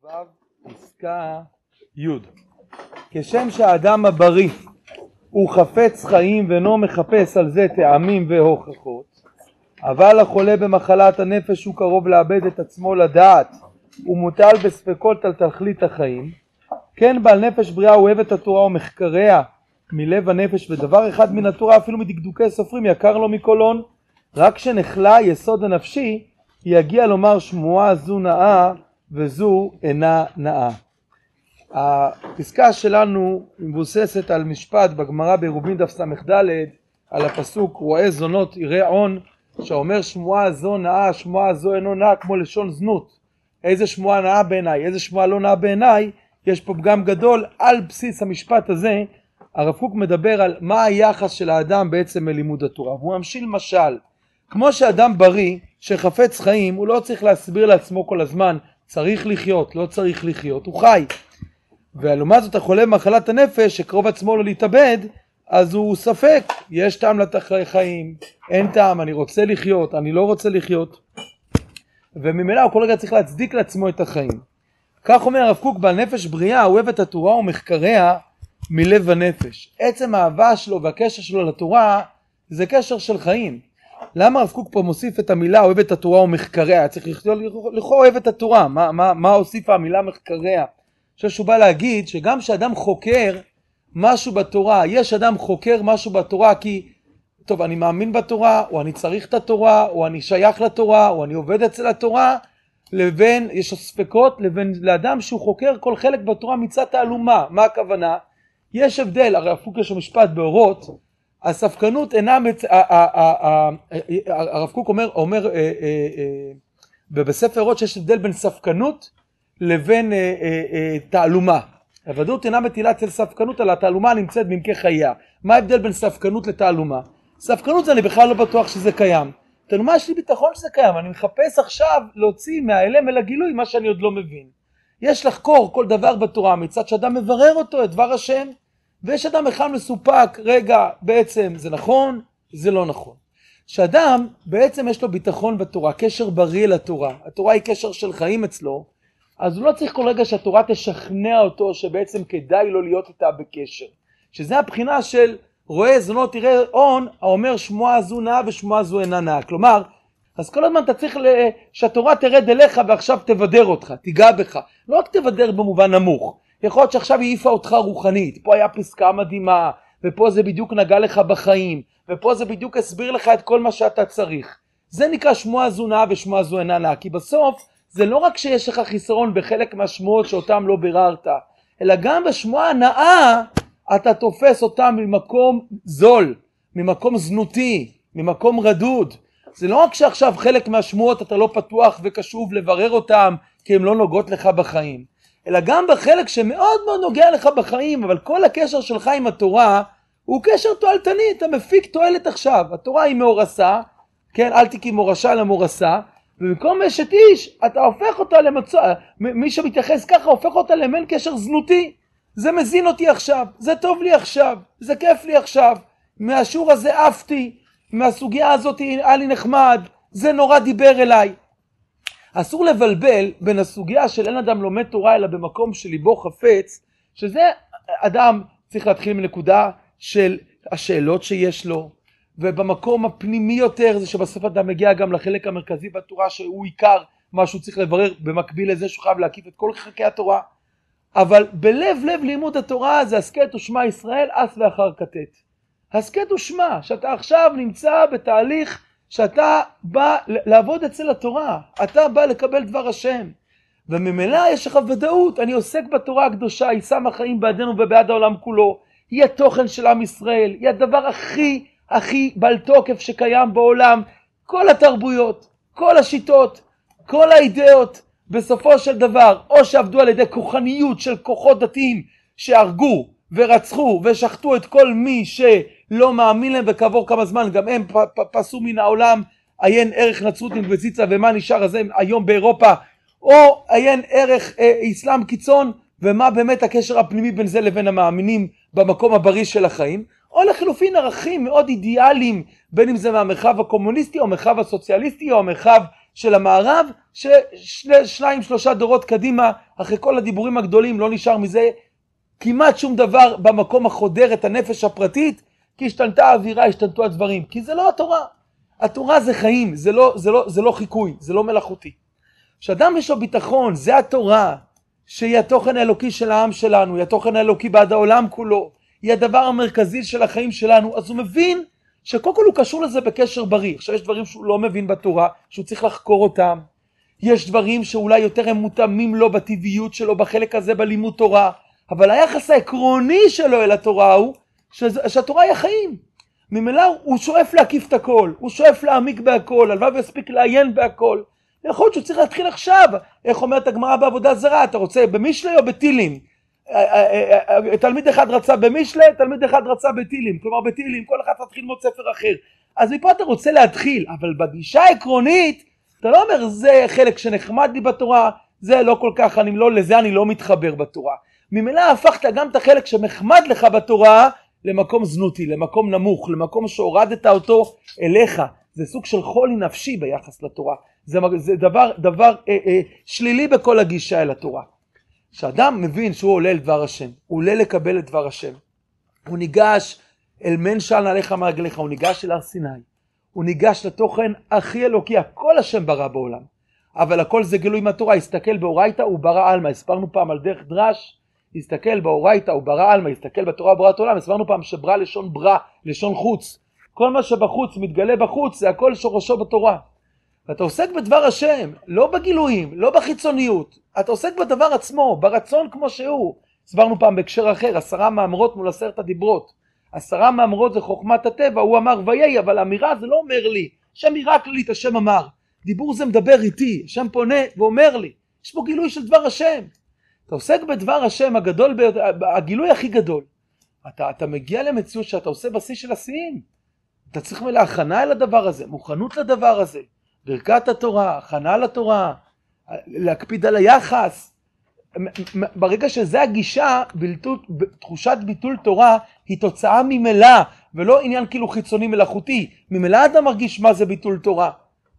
פסקה י' כשם שהאדם הבריא הוא חפץ חיים ואינו מחפש על זה טעמים והוכחות, אבל החולה במחלת הנפש הוא קרוב לאבד את עצמו לדעת ומוטל בספקות על תכלית החיים, כן בעל נפש בריאה הוא אוהב את התורה ומחקריה מלב הנפש, ודבר אחד מן התורה אפילו מדקדוקי סופרים יקר לו מכל הון, רק שנחלה יסוד הנפשי יגיע לומר שמועה זו נאה וזו אינה נאה. הפסקה שלנו מבוססת על משפט בגמרא בעירובין דף ס"ד על הפסוק רואה זונות יראה עון, שאומר שמועה זו נאה שמועה זו אינו נאה, כמו לשון זנות. איזה שמועה נאה בעיניי, איזה שמועה לא נאה בעיניי. יש פה פגם גדול. על בסיס המשפט הזה הרב קוק מדבר על מה היחס של האדם בעצם מלימוד התורה, והוא ממשיל משל כמו שאדם בריא שחפץ חיים הוא לא צריך להסביר לעצמו כל הזמן צריך לחיות לא צריך לחיות, הוא חי. ולעומת זאת החולה במחלת הנפש שקרוב עצמו לו להתאבד, אז הוא ספק, יש טעם לחיים, אין טעם, אני רוצה לחיות, אני לא רוצה לחיות, וממילא הוא כל רגע צריך להצדיק לעצמו את החיים. כך אומר הרב קוק, בעל נפש בריאה הוא אוהב את התורה ומחקריה מלב הנפש. עצם האהבה שלו והקשר שלו לתורה זה קשר של חיים. למה הרב קוק פה מוסיף את המילה אוהב את התורה ומחקריה? צריך לכאורה אוהב את התורה. מה הוסיפה המילה מחקריה? שהוא בא להגיד שגם שאדם חוקר משהו בתורה, יש אדם חוקר משהו בתורה כי טוב אני מאמין בתורה, או אני צריך את התורה, או אני שייך לתורה, או אני עובד אצל התורה, לבין יש ספקות לבין לאדם שהוא חוקר כל חלק בתורה מצד תעלומה. מה הכוונה? יש הבדל, הרי הרב קוק יש משפט באורות, הספקנות אינה הרב קוק אומר בספר אורות שיש הבדל בין ספקנות לבין תעלומה. הוודאות אינה מטילה אצל ספקנות, על התעלומה נמצאת במקי חייה. מה ההבדל בין ספקנות לתעלומה? ספקנות זה אני בכלל לא בטוח שזה קיים. תעלומה יש לי ביטחון שזה קיים, אני מחפש עכשיו להוציא מהאלם אל הגילוי מה שאני עוד לא מבין. יש לחקור כל דבר בתורה מצד שאדם מברר אותו את דבר השם, ויש אדם אחד מסופק, רגע בעצם זה נכון, זה לא נכון. שאדם בעצם יש לו ביטחון בתורה, קשר בריא לתורה, התורה היא קשר של חיים אצלו, אז הוא לא צריך כל רגע שהתורה תשכנע אותו שבעצם כדאי לו להיות איתה בקשר. שזה הבחינה של רואה זונות יראה עון, האומר שמועה זו נאה ושמועה זו אינה נאה. כלומר, אז כל הזמן אתה צריך שהתורה תרד אליך ועכשיו תבדר אותך, תיגע בך. לא רק תבדר במובן נמוך, יכול להיות שעכשיו היא העיפה אותך רוחנית, פה היה פסקה מדהימה, ופה זה בדיוק נגע לך בחיים, ופה זה בדיוק הסביר לך את כל מה שאתה צריך. זה נקרא שמועה זו נאה ושמועה זו אינה נאה, כי בסוף זה לא רק שיש לך חיסרון בחלק מהשמועות שאותם לא ביררת, אלא גם בשמועה הנאה אתה תופס אותם ממקום זול, ממקום זנותי, ממקום רדוד. זה לא רק שעכשיו חלק מהשמועות אתה לא פתוח וקשוב לברר אותם כי הם לא נוגעות לך בחיים, אלא גם בחלק שמאוד מאוד נוגע לך בחיים, אבל כל הקשר שלך עם התורה הוא קשר תועלתני, אתה מפיק תועלת עכשיו. התורה היא מאורסה, כן, אל תקי מורשה למורסה, ובמקום אשת איש אתה הופך אותה למצוא, מי שמתייחס ככה הופך אותה למין קשר זנותי. זה מזין אותי עכשיו, זה טוב לי עכשיו, זה כיף לי עכשיו, מהשיעור הזה עפתי, מהסוגיה הזאת היה לי נחמד, זה נורא דיבר אליי. אסור לבלבל בין הסוגיה של אין אדם לומד תורה אלא במקום שליבו חפץ, שזה אדם צריך להתחיל מנקודה של השאלות שיש לו, ובמקום הפנימי יותר זה שבסוף אדם מגיע גם לחלק המרכזי בתורה שהוא עיקר מה שהוא צריך לברר, במקביל לזה שהוא חייב להקיף את כל חלקי התורה. אבל בלב לב לימוד התורה זה הסכת ושמע ישראל אס ואחר כתת. הסכת ושמע, שאתה עכשיו נמצא בתהליך שאתה בא לעבוד אצל התורה, אתה בא לקבל דבר השם, וממילא יש לך ודאות, אני עוסק בתורה הקדושה, היא שמה חיים בעדנו ובעד העולם כולו, היא התוכן של עם ישראל, היא הדבר הכי בעל תוקף שקיים בעולם. כל התרבויות, כל השיטות, כל האידאות, בסופו של דבר, או שעבדו על ידי כוחניות של כוחות דתיים שהרגו ורצחו ושחטו את כל מי שלא מאמין להם, וכעבור כמה זמן גם הם פסו מן העולם, עיין ערך נצרות אינקוויזיציה ומה נשאר הזה היום באירופה, או עיין ערך אסלאם קיצון ומה באמת הקשר הפנימי בין זה לבין המאמינים במקום הבריא של החיים, או לחילופין ערכים מאוד אידיאליים, בין אם זה מהמרחב הקומוניסטי או המרחב הסוציאליסטי או המרחב של המערב, ששניים שלושה דורות קדימה, אחרי כל הדיבורים הגדולים, לא נשאר מזה כמעט שום דבר במקום החודר את הנפש הפרטית, כי השתנתה האווירה, השתנתו הדברים, כי זה לא התורה. התורה זה חיים, זה לא חיקוי, זה לא מלאכותי. כשאדם יש לו ביטחון, זה התורה, שהיא התוכן האלוקי של העם שלנו, היא התוכן האלוקי בעד העולם כולו, היא הדבר המרכזי של החיים שלנו, אז הוא מבין שקודם כל הוא קשור לזה בקשר בריא. עכשיו יש דברים שהוא לא מבין בתורה, שהוא צריך לחקור אותם. יש דברים שאולי יותר הם מותאמים לו בטבעיות שלו, בחלק הזה בלימוד תורה, אבל היחס העקרוני שלו אל התורה הוא שהתורה היא החיים. ממילא הוא שואף להקיף את הכל, הוא שואף להעמיק בהכל, הלוואי ויספיק לעיין בהכל. יכול להיות שהוא צריך להתחיל עכשיו, איך אומרת הגמרא בעבודה זרה, אתה רוצה במשלי או בתילים? תלמיד אחד רצה במשלי, תלמיד אחד רצה בתילים, כלומר בתילים, כל אחד תתחיל ללמוד ספר אחר. אז מפה אתה רוצה להתחיל, אבל בגישה העקרונית, אתה לא אומר זה חלק שנחמד לי בתורה, זה לא כל כך, לזה אני לא מתחבר בתורה. ממילא הפכת גם את החלק שמחמד לך בתורה למקום זנותי, למקום נמוך, למקום שהורדת אותו אליך. זה סוג של חולי נפשי ביחס לתורה. זה דבר שלילי בכל הגישה אל התורה. כשאדם מבין שהוא עולה אל דבר השם, הוא עולה לקבל את דבר השם, הוא ניגש אל מן שעל נעליך מרגליך, הוא ניגש אל הר סיני, הוא ניגש לתוכן הכי אלוקי, הכל השם ברא בעולם, אבל הכל זה גילוי מהתורה. הסתכל באורייתא וברא עלמא, הסברנו פעם על דרך דרש, הסתכל באורייתא וברא עלמא, הסתכל בתורה ובריאת עולם, הסברנו פעם שברא לשון ברא, לשון חוץ, כל מה שבחוץ מתגלה בחוץ, זה הכל שורשו בתורה. ואתה עוסק בדבר השם, לא בגילויים, לא בחיצוניות, אתה עוסק בדבר עצמו, ברצון כמו שהוא. הסברנו פעם בהקשר אחר, 10 מאמרות מול 10 הדיברות. 10 מאמרות זה חוכמת הטבע, הוא אמר ויהי, אבל האמירה זה לא אומר לי, שם אמירה כללית, השם אמר. דיבור זה מדבר איתי, השם פונה ואומר לי, יש פה גילוי של דבר השם. אתה עוסק בדבר השם הגדול, הגילוי הכי גדול. אתה מגיע למציאות שאתה עושה בשיא של השיאים. אתה צריך להכנה אל הדבר הזה, מוכנות לדבר הזה. ברכת התורה, הכנה לתורה, להקפיד על היחס. ברגע שזה הגישה, תחושת ביטול תורה היא תוצאה ממילא, ולא עניין כאילו חיצוני מלאכותי. ממילא אדם מרגיש מה זה ביטול תורה.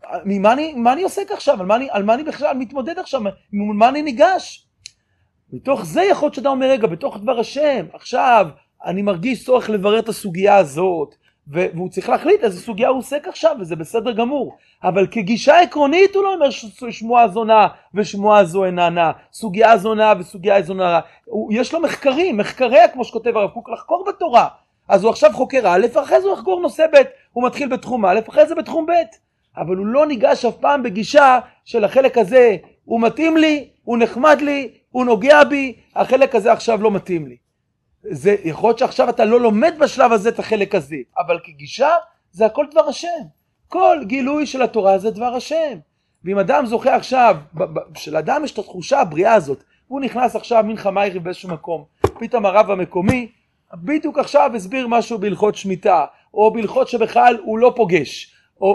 מה אני עוסק עכשיו? על מה אני בכלל מתמודד עכשיו? מה אני ניגש? מתוך זה יכול להיות שאתה אומר, רגע, בתוך דבר השם, עכשיו אני מרגיש צורך לברר את הסוגיה הזאת, והוא צריך להחליט איזה סוגיה הוא עוסק עכשיו, וזה בסדר גמור. אבל כגישה עקרונית הוא לא אומר ששמועה זו נעה ושמועה זו אינה נעה, סוגיה זו נעה וסוגיה זו נעה. יש לו מחקריה כמו שכותב הרב קוק, לחקור בתורה. אז הוא עכשיו חוקר א', אחרי זה הוא יחקור נושא ב', הוא מתחיל בתחום א', אחרי זה בתחום ב'. אבל הוא לא ניגש אף פעם בגישה של החלק הזה, הוא מתאים לי, הוא נחמד לי, הוא נוגע בי, החלק הזה עכשיו לא מתאים לי. זה יכול להיות שעכשיו אתה לא לומד בשלב הזה את החלק הזה, אבל כגישה זה הכל דבר השם. כל גילוי של התורה זה דבר השם. ואם אדם זוכה עכשיו, שלאדם יש את התחושה הבריאה הזאת, הוא נכנס עכשיו מן חמיירי באיזשהו מקום, פתאום הרב המקומי, בדיוק עכשיו הסביר משהו בהלכות שמיטה, או בהלכות שבכלל הוא לא פוגש,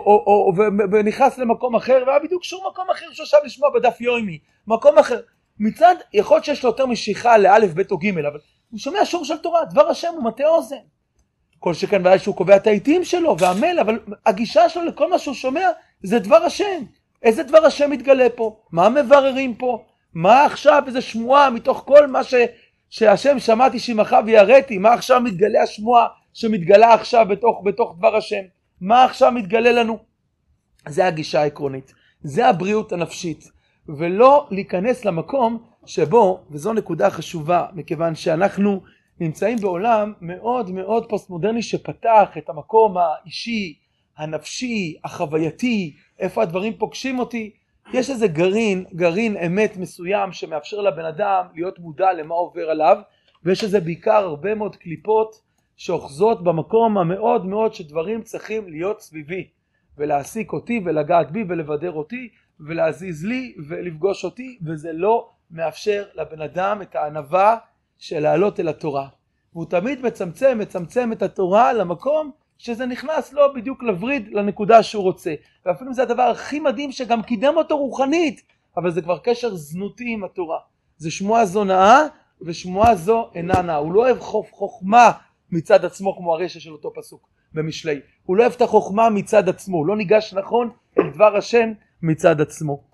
ונכנס למקום אחר, והיה בדיוק שום מקום אחר שישב לשמוע בדף יומי, מקום אחר. מצד, יכול להיות שיש לו יותר משיכה לאלף, בית או ג', אבל הוא שומע שור של תורה, דבר השם הוא מטה אוזן. כל שכן ודאי שהוא קובע את העיתים שלו והמל, אבל הגישה שלו לכל מה שהוא שומע זה דבר השם. איזה דבר השם מתגלה פה? מה מבררים פה? מה עכשיו איזה שמועה מתוך כל מה שהשם שמעתי שמחה ויראתי? מה עכשיו מתגלה השמועה שמתגלה עכשיו בתוך דבר השם? מה עכשיו מתגלה לנו? זה הגישה העקרונית. זה הבריאות הנפשית. ולא להיכנס למקום שבו, וזו נקודה חשובה, מכיוון שאנחנו נמצאים בעולם מאוד מאוד פוסט-מודרני שפתח את המקום האישי, הנפשי, החווייתי, איפה הדברים פוגשים אותי. יש איזה גרעין אמת מסוים שמאפשר לבן אדם להיות מודע למה עובר עליו, ויש איזה בעיקר הרבה מאוד קליפות שאוחזות במקום המאוד מאוד שדברים צריכים להיות סביבי, ולהעסיק אותי ולגעת בי ולבדר אותי ולהזיז לי ולפגוש אותי, וזה לא מאפשר לבן אדם את הענווה של לעלות אל התורה. והוא תמיד מצמצם את התורה למקום שזה נכנס לו בדיוק לבריד לנקודה שהוא רוצה. ואפילו זה הדבר הכי מדהים שגם קידם אותו רוחנית, אבל זה כבר קשר זנותי עם התורה. זה שמועה זו נאה ושמועה זו אינה נאה. הוא לא אוהב חוכמה מצד עצמו כמו הרשע של אותו פסוק במשלי. הוא לא אוהב את החוכמה מצד עצמו, הוא לא ניגש נכון אל דבר השם מצד עצמו.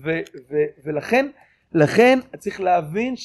ולכן צריך להבין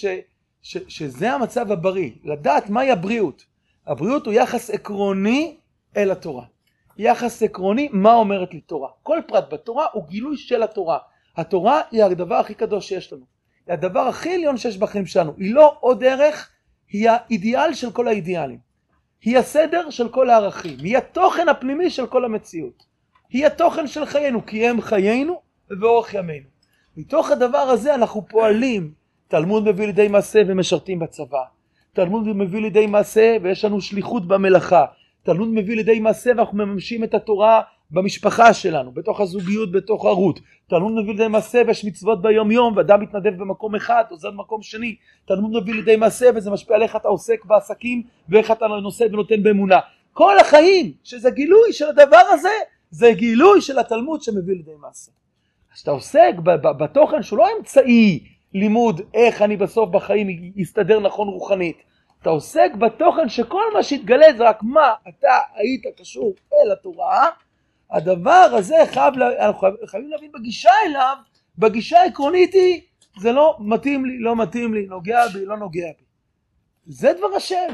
שזה המצב הבריא, לדעת מהי הבריאות. הבריאות הוא יחס עקרוני אל התורה. יחס עקרוני, מה אומרת לי תורה? כל פרט בתורה הוא גילוי של התורה. התורה היא הדבר הכי קדוש שיש לנו. היא הדבר הכי עליון שיש בחיים שלנו. היא לא עוד ערך, היא האידיאל של כל האידיאלים. היא הסדר של כל הערכים. היא התוכן הפנימי של כל המציאות. היא התוכן של חיינו, כי הם חיינו ואורך ימינו. מתוך הדבר הזה אנחנו פועלים. תלמוד מביא לידי מעשה ומשרתים בצבא. תלמוד מביא לידי מעשה ויש לנו שליחות במלאכה. תלמוד מביא לידי מעשה ואנחנו מממשים את התורה במשפחה שלנו, בתוך הזוגיות, בתוך הרות. תלמוד מביא לידי מעשה ויש מצוות ביום יום, ואדם מתנדב במקום אחד, עוזר במקום שני. תלמוד מביא לידי מעשה וזה משפיע על איך אתה עוסק בעסקים, ואיך אתה נושא ונותן באמונה. כל החיים, שזה גילוי של הדבר הזה, זה גילוי של התלמוד שמביא לידי מעשה. אז אתה עוסק בתוכן שהוא לא אמצעי לימוד איך אני בסוף בחיים יסתדר נכון רוחנית. אתה עוסק בתוכן שכל מה שהתגלה זה רק מה אתה היית קשור אל התורה. הדבר הזה אנחנו חייבים להבין בגישה אליו, בגישה העקרונית היא, זה לא מתאים לי, לא מתאים לי, נוגע בי, לא נוגע בי. זה דבר השם.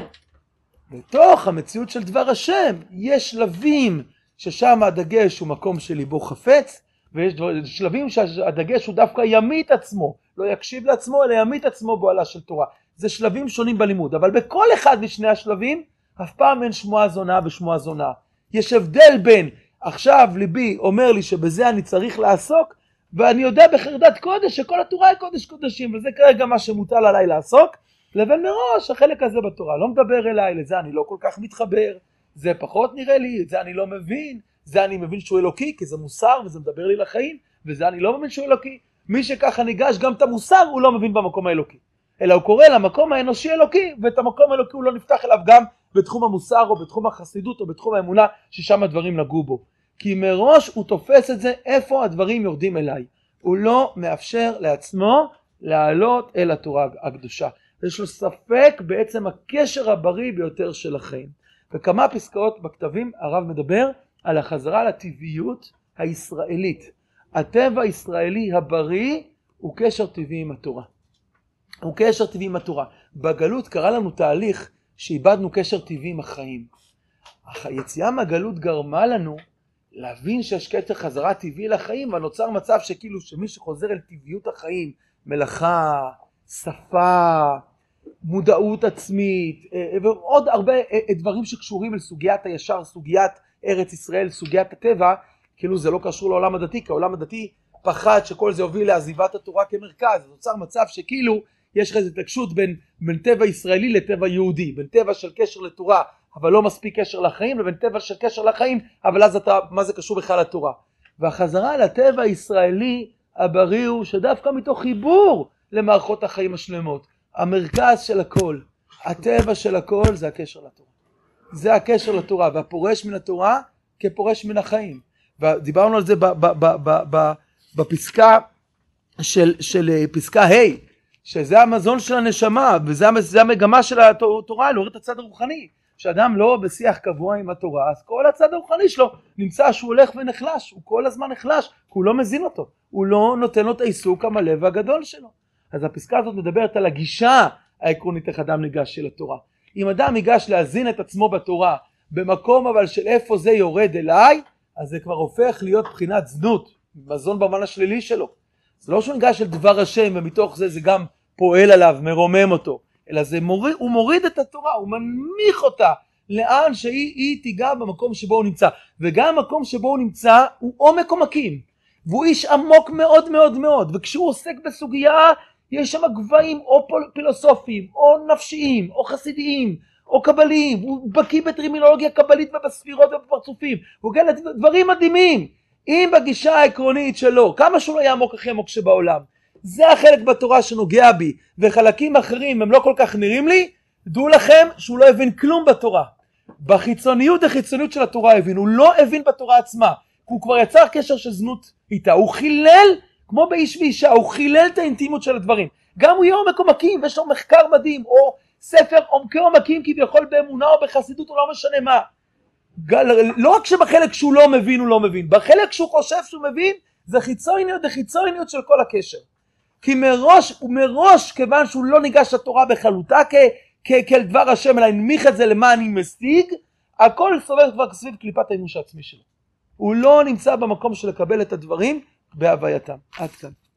בתוך המציאות של דבר השם יש שלבים ששם הדגש הוא מקום שליבו חפץ, ויש שלבים שהדגש הוא דווקא ימית עצמו, לא יקשיב לעצמו אלא ימית עצמו בועלה של תורה. זה שלבים שונים בלימוד, אבל בכל אחד משני השלבים אף פעם אין שמועה זונה ושמועה זונה. יש הבדל בין עכשיו ליבי אומר לי שבזה אני צריך לעסוק, ואני יודע בחרדת קודש שכל התורה היא קודש קודשים, וזה כרגע מה שמוטל עליי לעסוק, לבין מראש החלק הזה בתורה לא מדבר אליי, לזה אני לא כל כך מתחבר, זה פחות נראה לי, זה אני לא מבין, זה אני מבין שהוא אלוקי כי זה מוסר וזה מדבר לי לחיים, וזה אני לא מבין שהוא אלוקי. מי שככה ניגש גם את המוסר הוא לא מבין במקום האלוקי, אלא הוא קורא למקום האנושי אלוקי, ואת המקום האלוקי הוא לא נפתח אליו גם בתחום המוסר או בתחום החסידות או בתחום האמונה ששם הדברים נגעו בו. כי מראש הוא תופס את זה איפה הדברים יורדים אליי. הוא לא מאפשר לעצמו לעלות אל התורה הקדושה. יש לו ספק בעצם הקשר הבריא ביותר של החיים. וכמה פסקאות בכתבים הרב מדבר על החזרה לטבעיות הישראלית. הטבע הישראלי הבריא הוא קשר טבעי עם התורה. הוא קשר טבעי עם התורה. בגלות קרה לנו תהליך שאיבדנו קשר טבעי עם החיים. היציאה מהגלות גרמה לנו להבין שיש קשר חזרה טבעי לחיים, ונוצר מצב שכאילו שמי שחוזר אל טבעיות החיים, מלאכה, שפה, מודעות עצמית, ועוד הרבה דברים שקשורים אל סוגיית הישר, סוגיית ארץ ישראל, סוגיית הטבע, כאילו זה לא קשור לעולם הדתי, כי העולם הדתי פחד שכל זה הוביל לעזיבת התורה כמרכז. אז נוצר מצב שכאילו יש איזו התנגשות בין טבע ישראלי לטבע יהודי, בין טבע של קשר לתורה אבל לא מספיק קשר לחיים, לבין טבע של קשר לחיים אבל אז מה זה קשור בכלל לתורה. והחזרה לטבע הישראלי הבריא הוא שדווקא מתוך חיבור למערכות החיים השלמות, המרכז של הכל, הטבע של הכל זה הקשר לתורה. זה הקשר לתורה, והפורש מן התורה כפורש מן החיים. ודיברנו על זה בפסקה של פסקה ה', שזה המזון של הנשמה, וזה המגמה של התורה, להוריד את הצד הרוחני. כשאדם לא בשיח קבוע עם התורה, אז כל הצד הרוחני שלו נמצא שהוא הולך ונחלש, הוא כל הזמן נחלש, כי הוא לא מזין אותו, הוא לא נותן לו את העיסוק המלא והגדול שלו. אז הפסקה הזאת מדברת על הגישה העקרונית איך אדם ניגש אל התורה. אם אדם ניגש להזין את עצמו בתורה, במקום אבל של איפה זה יורד אליי, אז זה כבר הופך להיות בחינת זנות, מזון במובן השלילי שלו. זה לא שהוא ניגש אל דבר השם ומתוך זה גם פועל עליו, מרומם אותו, אלא הוא מוריד את התורה, הוא מנמיך אותה לאן שהיא תיגע במקום שבו הוא נמצא. וגם המקום שבו הוא נמצא הוא עומק עומקים, והוא איש עמוק מאוד מאוד מאוד, וכשהוא עוסק בסוגיה יש שם גבהים או פילוסופיים או נפשיים או חסידיים או קבליים, הוא בקיא בטרמינולוגיה קבלית ובספירות ובפרצופים, הוא גאה לדברים מדהימים. אם בגישה העקרונית שלו, כמה שהוא לא יהיה עמוק הכי עמוק שבעולם, זה החלק בתורה שנוגע בי, וחלקים אחרים הם לא כל כך נראים לי, דעו לכם שהוא לא הבין כלום בתורה. בחיצוניות החיצוניות של התורה הבין, הוא לא הבין בתורה עצמה, הוא כבר יצר קשר של זנות איתה, הוא חילל, כמו באיש ואישה, הוא חילל את האינטימיות של הדברים. גם הוא יהיה עומק עומקים, ויש לו מחקר מדהים, או ספר עומקי עומקים כביכול באמונה או בחסידות, הוא לא משנה מה. לא רק שבחלק שהוא לא מבין הוא לא מבין, בחלק שהוא חושב שהוא מבין, זה חיצוניות של כל הקשר. כי מראש כיוון שהוא לא ניגש לתורה בכלותה כאל דבר השם, אלא הנמיך את זה למה אני משיג, הכל סובב כבר סביב קליפת האימוש העצמי שלו. הוא לא נמצא במקום של לקבל את הדברים בהווייתם. עד כאן.